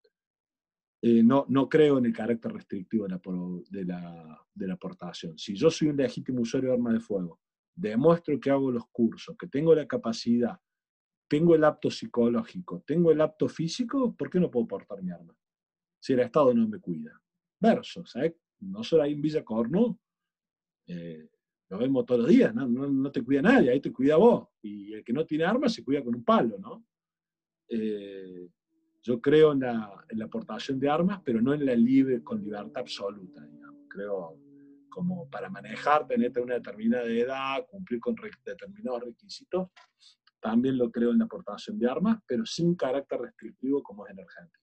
No creo en el carácter restrictivo de la portación. Si yo soy un legítimo usuario de arma de fuego, demuestro que hago los cursos, que tengo la capacidad, tengo el apto psicológico, tengo el apto físico, ¿por qué no puedo portar mi arma? Si el Estado no me cuida. Verso, ¿sabes? Nosotros ahí en Villa Cornú, lo vemos todos los días, no te cuida nadie, ahí te cuida vos. Y el que no tiene armas se cuida con un palo, ¿no? Yo creo en la aportación de armas, pero no en la libre, con libertad absoluta, digamos. Creo como para manejar, tenerte una determinada edad, cumplir con determinados requisitos, también lo creo en la aportación de armas, pero sin carácter restrictivo como es en Argentina.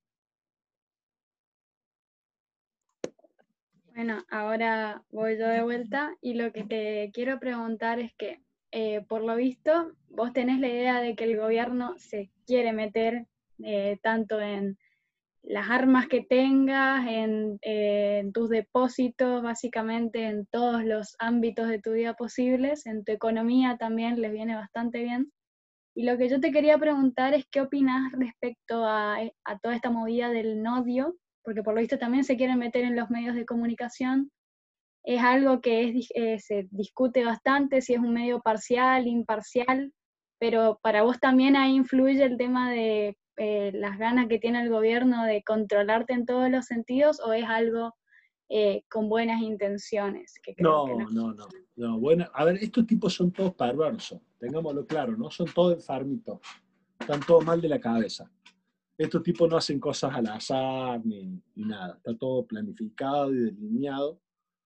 Bueno, ahora voy yo de vuelta y lo que te quiero preguntar es que, por lo visto, vos tenés la idea de que el gobierno se quiere meter tanto en las armas que tengas, en tus depósitos, básicamente en todos los ámbitos de tu vida posibles, en tu economía también les viene bastante bien. Y lo que yo te quería preguntar es qué opinas respecto a toda esta movida del nodio, porque por lo visto también se quieren meter en los medios de comunicación. Es algo que se discute bastante, si es un medio parcial, imparcial, pero para vos también ahí influye el tema de las ganas que tiene el gobierno de controlarte en todos los sentidos, o es algo con buenas intenciones, que creo que no. No. Bueno, a ver, estos tipos son todos perversos, tengámoslo claro, ¿no? Son todos enfermitos, están todos mal de la cabeza. Estos tipos no hacen cosas al azar ni nada, está todo planificado y delineado.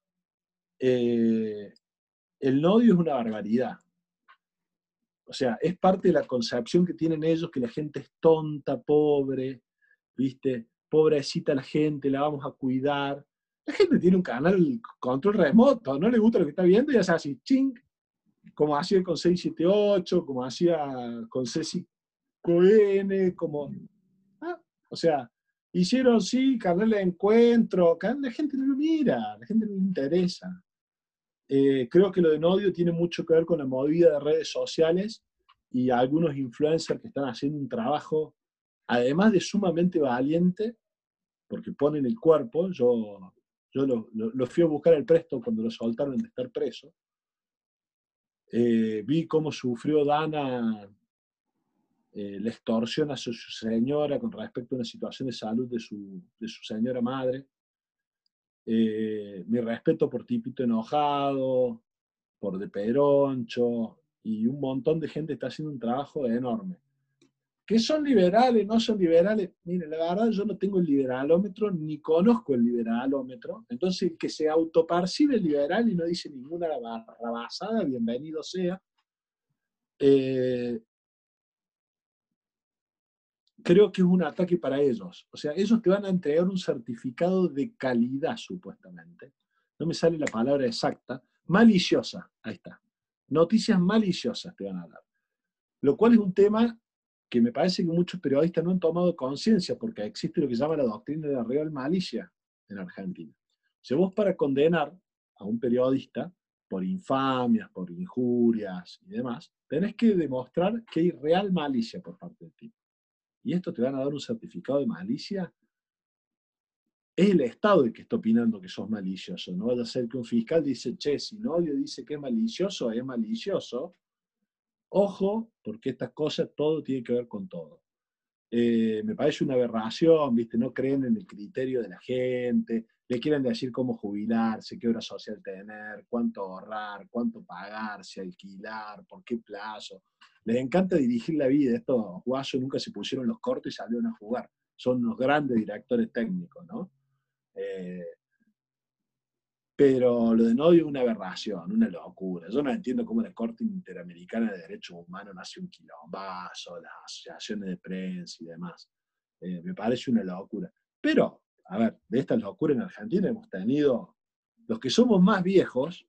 El nodio es una barbaridad. O sea, es parte de la concepción que tienen ellos que la gente es tonta, pobre, ¿viste? Pobrecita la gente, la vamos a cuidar. La gente tiene un canal control remoto, no le gusta lo que está viendo y hace así, ching, como hacía con 678, como hacía con C5N, como... o sea, hicieron, sí, canal de encuentro, la gente no lo mira, la gente no le interesa. Creo que lo de Nodio tiene mucho que ver con la movida de redes sociales y algunos influencers que están haciendo un trabajo, además de sumamente valiente, porque ponen el cuerpo. Yo lo fui a buscar al Presto cuando lo soltaron de estar preso. Vi cómo sufrió Dana la extorsión a su señora con respecto a una situación de salud de su señora madre. Mi respeto por Tipito Enojado, por De Peroncho, y un montón de gente está haciendo un trabajo enorme. ¿Que son liberales? ¿No son liberales? Mire, la verdad yo no tengo el liberalómetro, ni conozco el liberalómetro, entonces el que se autopercibe liberal y no dice ninguna barrabasada, bienvenido sea. Creo que es un ataque para ellos. O sea, ellos te van a entregar un certificado de calidad, supuestamente. No me sale la palabra exacta. Maliciosa, ahí está. noticias maliciosas te van a dar. Lo cual es un tema que me parece que muchos periodistas no han tomado conciencia, porque existe lo que se llama la doctrina de la real malicia en Argentina. Si vos para condenar a un periodista por infamias, por injurias y demás, tenés que demostrar que hay real malicia por parte del tipo. Y esto te van a dar un certificado de malicia. Es el Estado el que está opinando que sos malicioso. No vaya a ser que un fiscal dice, che, si Nodio dice que es malicioso, es malicioso. Ojo, porque estas cosas, todo tiene que ver con todo. Me parece una aberración, ¿viste? No creen en el criterio de la gente, le quieren decir cómo jubilarse, qué hora social tener, cuánto ahorrar, cuánto pagar, si alquilar, por qué plazo. Les encanta dirigir la vida. Estos guasos nunca se pusieron los cortos y salieron a jugar. Son unos grandes directores técnicos, ¿no? Pero lo de Nodio es una aberración, una locura. Yo no entiendo cómo la Corte Interamericana de Derechos Humanos no hace un quilombazo, las asociaciones de prensa y demás. Me parece una locura. Pero, a ver, de esta locura en Argentina hemos tenido, los que somos más viejos,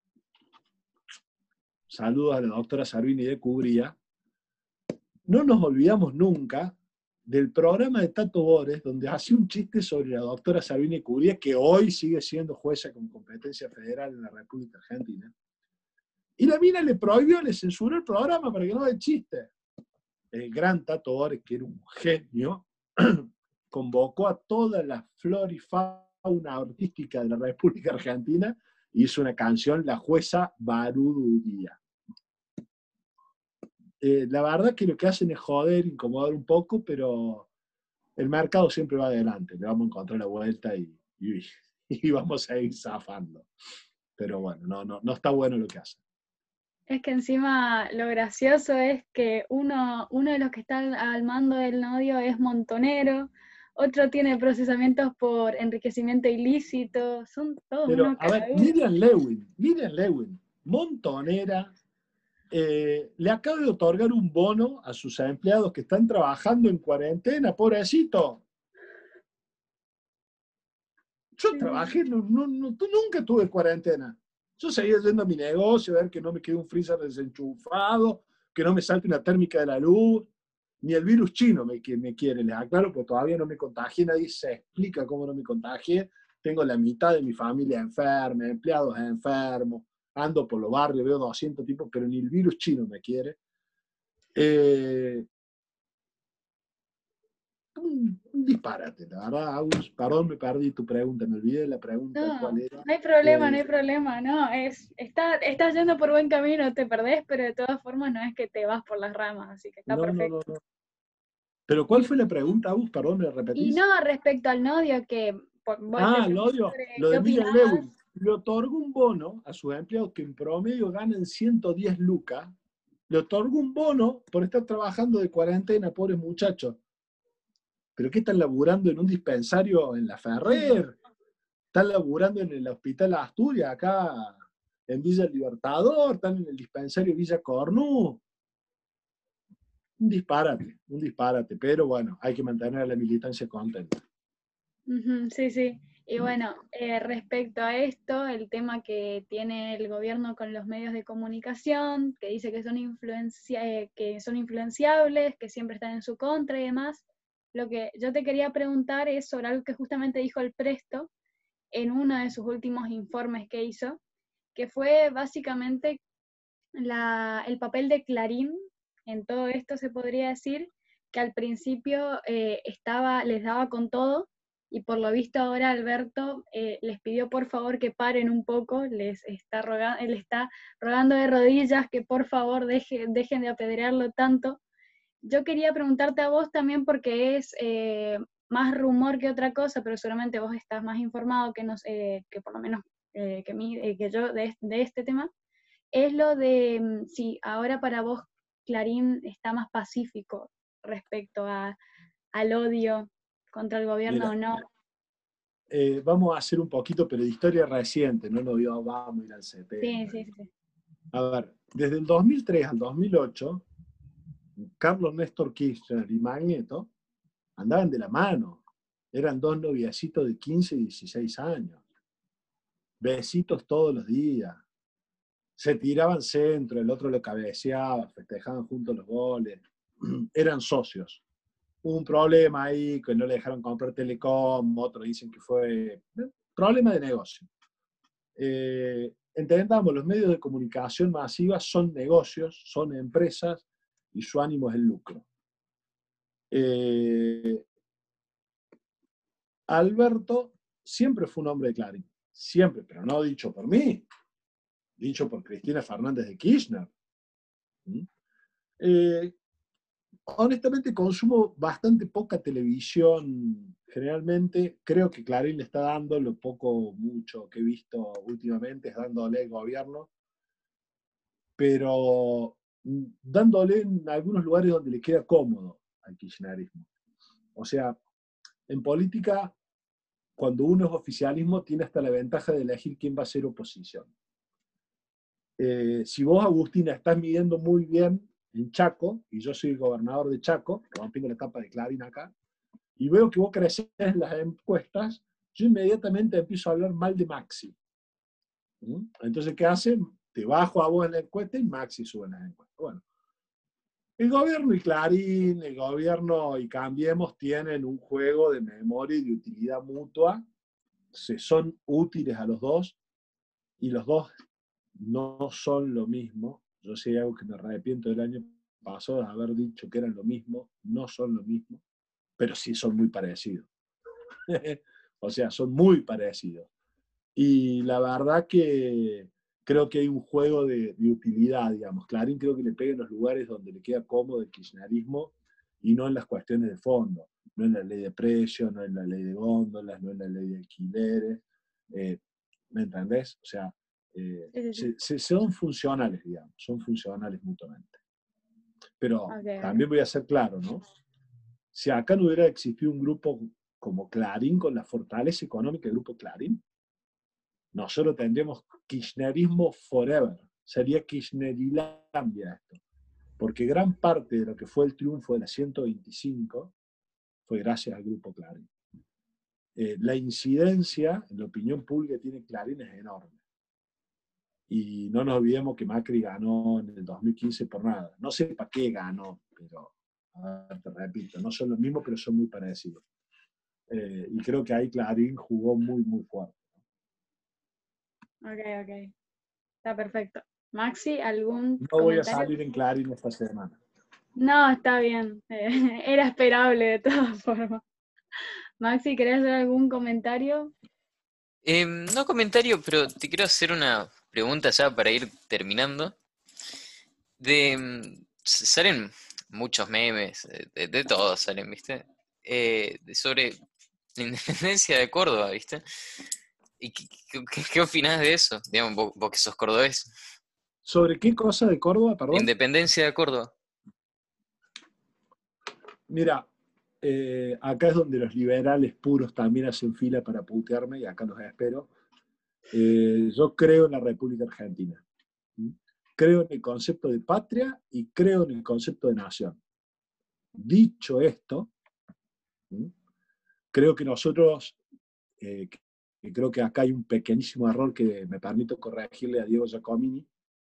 saludos a la doctora Servini de Cubría, no nos olvidamos nunca del programa de Tato Bores, donde hacía un chiste sobre la doctora Sabine Cubría, que hoy sigue siendo jueza con competencia federal en la República Argentina. Y la mina le prohibió, le censuró el programa para que no haga chiste. El gran Tato Bores, que era un genio, convocó a toda la flora y fauna artística de la República Argentina y hizo una canción, La jueza Barududía. La verdad que lo que hacen es joder, incomodar un poco, pero el mercado siempre va adelante, le vamos a encontrar la vuelta y vamos a ir zafando. Pero bueno, no está bueno lo que hacen. Es que encima lo gracioso es que uno de los que están al mando del Nodio es montonero, otro tiene procesamientos por enriquecimiento ilícito, son todos Pero, unos a ver, caraduras. Miriam Lewin, montonera, le acaba de otorgar un bono a sus empleados que están trabajando en cuarentena, pobrecito. Yo trabajé, nunca tuve cuarentena. Yo seguía yendo a mi negocio, a ver que no me quede un freezer desenchufado, que no me salte una térmica de la luz, ni el virus chino me quiere, les aclaro, porque todavía no me contagié, nadie se explica cómo no me contagié. Tengo la mitad de mi familia enferma, empleados enfermos, ando por los barrios, veo 200 tipos, pero ni el virus chino me quiere. Un disparate, la verdad, Agus. Perdón, me perdí tu pregunta, me olvidé de la pregunta, No, ¿cuál era? no hay problema, no hay problema, no, estás yendo por buen camino, te perdés, pero de todas formas no es que te vas por las ramas, así que está perfecto. No. ¿Pero cuál fue la pregunta, Agus? Perdón, ¿me Y repetís? no respecto al Nodio, que vos te Lo pregunté odio. sobre Lo qué de Miriam opinabas. Lewin. Le otorgó un bono a sus empleados que en promedio ganan 110 lucas. Le otorgó un bono por estar trabajando de cuarentena, pobres muchachos. ¿Pero qué están laburando en un dispensario en La Ferrer? ¿Están laburando en el Hospital Asturias, acá en Villa Libertador? ¿Están en el dispensario Villa Cornú? Un disparate. Pero bueno, hay que mantener a la militancia contenta. Sí, sí. Y bueno, respecto a esto, el tema que tiene el gobierno con los medios de comunicación, que dice que son influenciables, que siempre están en su contra y demás, lo que yo te quería preguntar es sobre algo que justamente dijo el Presto en uno de sus últimos informes que hizo, que fue básicamente el papel de Clarín en todo esto, se podría decir, que al principio les daba con todo, y por lo visto ahora Alberto les pidió por favor que paren un poco, él está rogando de rodillas que por favor dejen de apedrearlo tanto. Yo quería preguntarte a vos también porque es más rumor que otra cosa, pero seguramente vos estás más informado que por lo menos que yo de este tema. Es lo de si ahora para vos Clarín está más pacífico respecto al odio contra el gobierno o Mira, no. vamos a hacer un poquito, pero de historia reciente, no nos vamos a ir al Sí, 70. sí, sí. A ver, desde el 2003 al 2008, Carlos Néstor Kirchner y Magneto andaban de la mano. Eran dos noviecitos de 15 y 16 años. Besitos todos los días. se tiraban centro, el otro lo cabeceaba, festejaban juntos los goles, eran socios. Hubo un problema ahí, que no le dejaron comprar Telecom, otros dicen que fue problema de negocio. Entendamos, los medios de comunicación masiva son negocios, son empresas, y su ánimo es el lucro. Alberto siempre fue un hombre de Clarín, siempre, pero no dicho por mí, dicho por Cristina Fernández de Kirchner. Honestamente consumo bastante poca televisión, generalmente creo que Clarín le está dando lo poco, mucho que he visto últimamente, es dándole el gobierno, pero dándole en algunos lugares donde le queda cómodo al kirchnerismo. O sea, en política, cuando uno es oficialismo, tiene hasta la ventaja de elegir quién va a ser oposición. Si vos, Agustina, estás midiendo muy bien en Chaco, y yo soy el gobernador de Chaco, rompiendo la etapa de Clarín acá, y veo que vos creces en las encuestas, yo inmediatamente empiezo a hablar mal de Maxi. Entonces, ¿qué hacen? Te bajo a vos en la encuesta y Maxi sube en las encuestas. Bueno, el gobierno y Clarín, el gobierno y Cambiemos tienen un juego de memoria y de utilidad mutua, se son útiles a los dos, y los dos no son lo mismo. Yo sé algo que me arrepiento del año pasado de haber dicho que eran lo mismo, no son lo mismo, pero sí son muy parecidos. O sea, son muy parecidos. Y la verdad que creo que hay un juego de utilidad, digamos. Clarín creo que le pega en los lugares donde le queda cómodo el kirchnerismo y no en las cuestiones de fondo. No en la ley de precios, no en la ley de góndolas, no en la ley de alquileres. ¿Me entendés? O sea, son funcionales, digamos, son funcionales mutuamente. Pero también voy a ser claro, ¿no? Si acá no hubiera existido un grupo como Clarín, con la fortaleza económica del grupo Clarín, nosotros tendríamos kirchnerismo forever. Sería Kirchnerilandia esto. Porque gran parte de lo que fue el triunfo de la 125 fue gracias al grupo Clarín. La incidencia en la opinión pública que tiene Clarín es enorme. Y no nos olvidemos que Macri ganó en el 2015 por nada. No sé para qué ganó, pero a ver, te repito, no son los mismos, pero son muy parecidos. Y creo que ahí Clarín jugó muy, muy fuerte. Ok. Está perfecto. Maxi, ¿algún No voy a comentario? salir en Clarín esta semana. No, está bien. Era esperable de todas formas. Maxi, ¿querés hacer algún comentario? No comentario, pero te quiero hacer una pregunta ya para ir terminando. Salen muchos memes, de todos salen, ¿viste? Sobre la independencia de Córdoba, ¿viste? ¿Y qué opinás de eso? Digamos, vos que sos cordobés. ¿Sobre qué cosa de Córdoba, La perdón? independencia de Córdoba. Mira, acá es donde los liberales puros también hacen fila para putearme, y acá los espero. Yo creo en la República Argentina. Creo en el concepto de patria y creo en el concepto de nación. Dicho esto, creo que nosotros, creo que acá hay un pequeñísimo error que me permito corregirle a Diego Giacomini.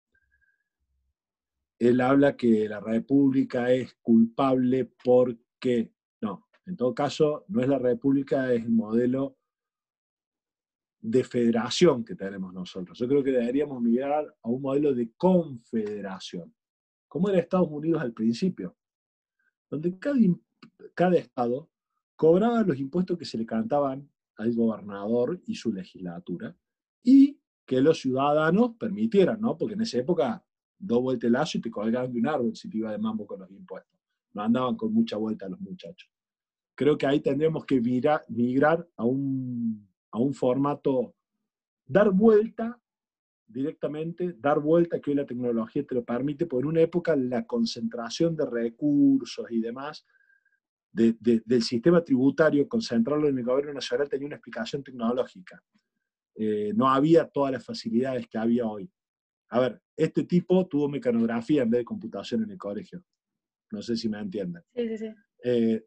Él habla que la República es culpable porque, no, en todo caso, no es la República, es el modelo de federación que tenemos nosotros. Yo creo que deberíamos migrar a un modelo de confederación, como era Estados Unidos al principio, donde cada estado cobraba los impuestos que se le cantaban al gobernador y su legislatura, y que los ciudadanos permitieran, ¿no? Porque en esa época, dos vueltas el lazo y te colgaban de un árbol si te iba de mambo con los impuestos. No andaban con mucha vuelta los muchachos. Creo que ahí tendríamos que migrar a un formato, dar vuelta directamente, dar vuelta que hoy la tecnología te lo permite, por una época la concentración de recursos y demás del sistema tributario, concentrarlo en el gobierno nacional, tenía una explicación tecnológica. No había todas las facilidades que había hoy. A ver, este tipo tuvo mecanografía en vez de computación en el colegio. No sé si me entienden. Sí. Eh,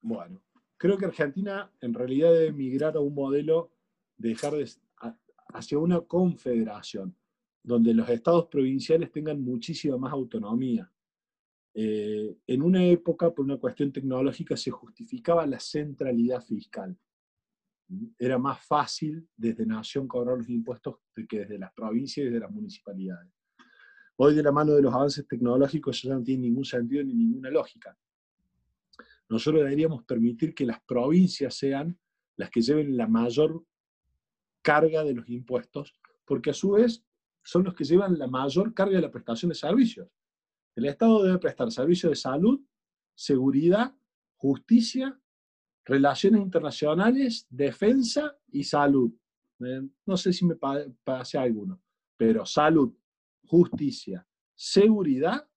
Bueno, creo que Argentina en realidad debe migrar a un modelo de hacia una confederación, donde los estados provinciales tengan muchísima más autonomía. En una época, por una cuestión tecnológica, se justificaba la centralidad fiscal. Era más fácil desde Nación cobrar los impuestos que desde las provincias y desde las municipalidades. Hoy, de la mano de los avances tecnológicos, eso ya no tiene ningún sentido ni ninguna lógica. Nosotros deberíamos permitir que las provincias sean las que lleven la mayor carga de los impuestos, porque a su vez son los que llevan la mayor carga de la prestación de servicios. El Estado debe prestar servicios de salud, seguridad, justicia, relaciones internacionales, defensa y salud. No sé si me pasé alguno, pero salud, justicia, seguridad,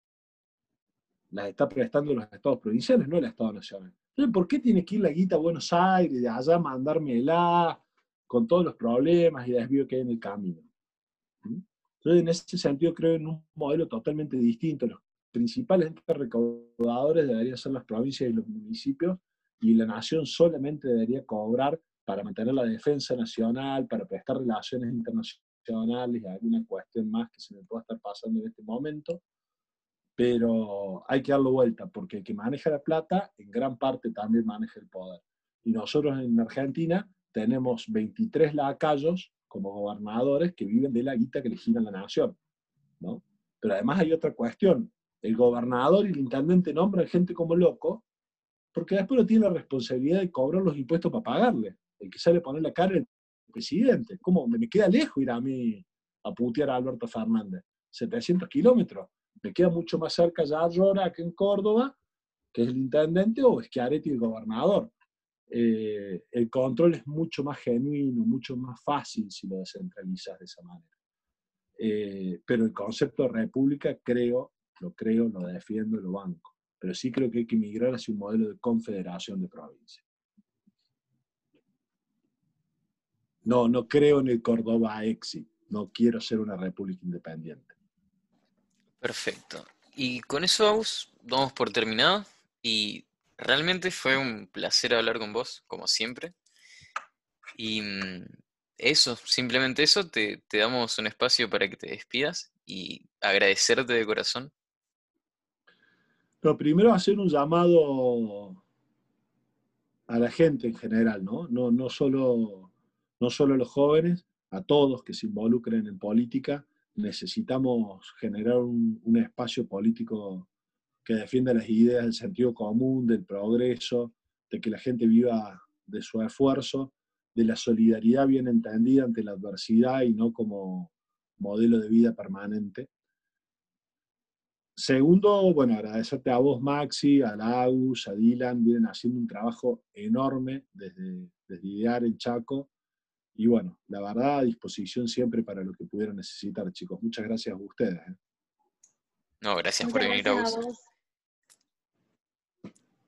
las está prestando los estados provinciales, no el Estado Nacional. Entonces, ¿por qué tiene que ir la guita a Buenos Aires y de allá mandármela con todos los problemas y desvíos que hay en el camino? Entonces, en ese sentido, creo en un modelo totalmente distinto. Los principales recaudadores deberían ser las provincias y los municipios, y la nación solamente debería cobrar para mantener la defensa nacional, para prestar relaciones internacionales y alguna cuestión más que se me pueda estar pasando en este momento. Pero hay que darlo vuelta, porque el que maneja la plata, en gran parte también maneja el poder. Y nosotros en Argentina tenemos 23 lacayos como gobernadores que viven de la guita que le gira la nación, ¿no? Pero además hay otra cuestión. El gobernador y el intendente nombran gente como loco, porque después no tiene la responsabilidad de cobrar los impuestos para pagarle. El que sale a poner la cara es el presidente. ¿Cómo? Me queda lejos ir a mí a putear a Alberto Fernández. 700 kilómetros. Me queda mucho más cerca ya Llora, que en Córdoba, que es el intendente, o Schiaretti, el gobernador. El control es mucho más genuino, mucho más fácil si lo descentralizas de esa manera. Pero el concepto de república lo defiendo, lo banco. Pero sí creo que hay que migrar hacia un modelo de confederación de provincias. No creo en el Córdoba exit. No quiero ser una república independiente. Perfecto. Y con eso, Agus, damos por terminado. Y realmente fue un placer hablar con vos, como siempre. Y eso, simplemente eso, te damos un espacio para que te despidas y agradecerte de corazón. Pero primero hacer un llamado a la gente en general, ¿no? No solo a los jóvenes, a todos que se involucren en política. Necesitamos generar un espacio político que defienda las ideas del sentido común, del progreso, de que la gente viva de su esfuerzo, de la solidaridad bien entendida ante la adversidad y no como modelo de vida permanente. Segundo, bueno, agradecerte a vos, Maxi, a Agus, a Dylan, vienen haciendo un trabajo enorme desde IDEAR en Chaco. Y bueno, la verdad, a disposición siempre para lo que pudieran necesitar, chicos. Muchas gracias a ustedes. No, gracias por Muchas venir, gracias a Agus. vos.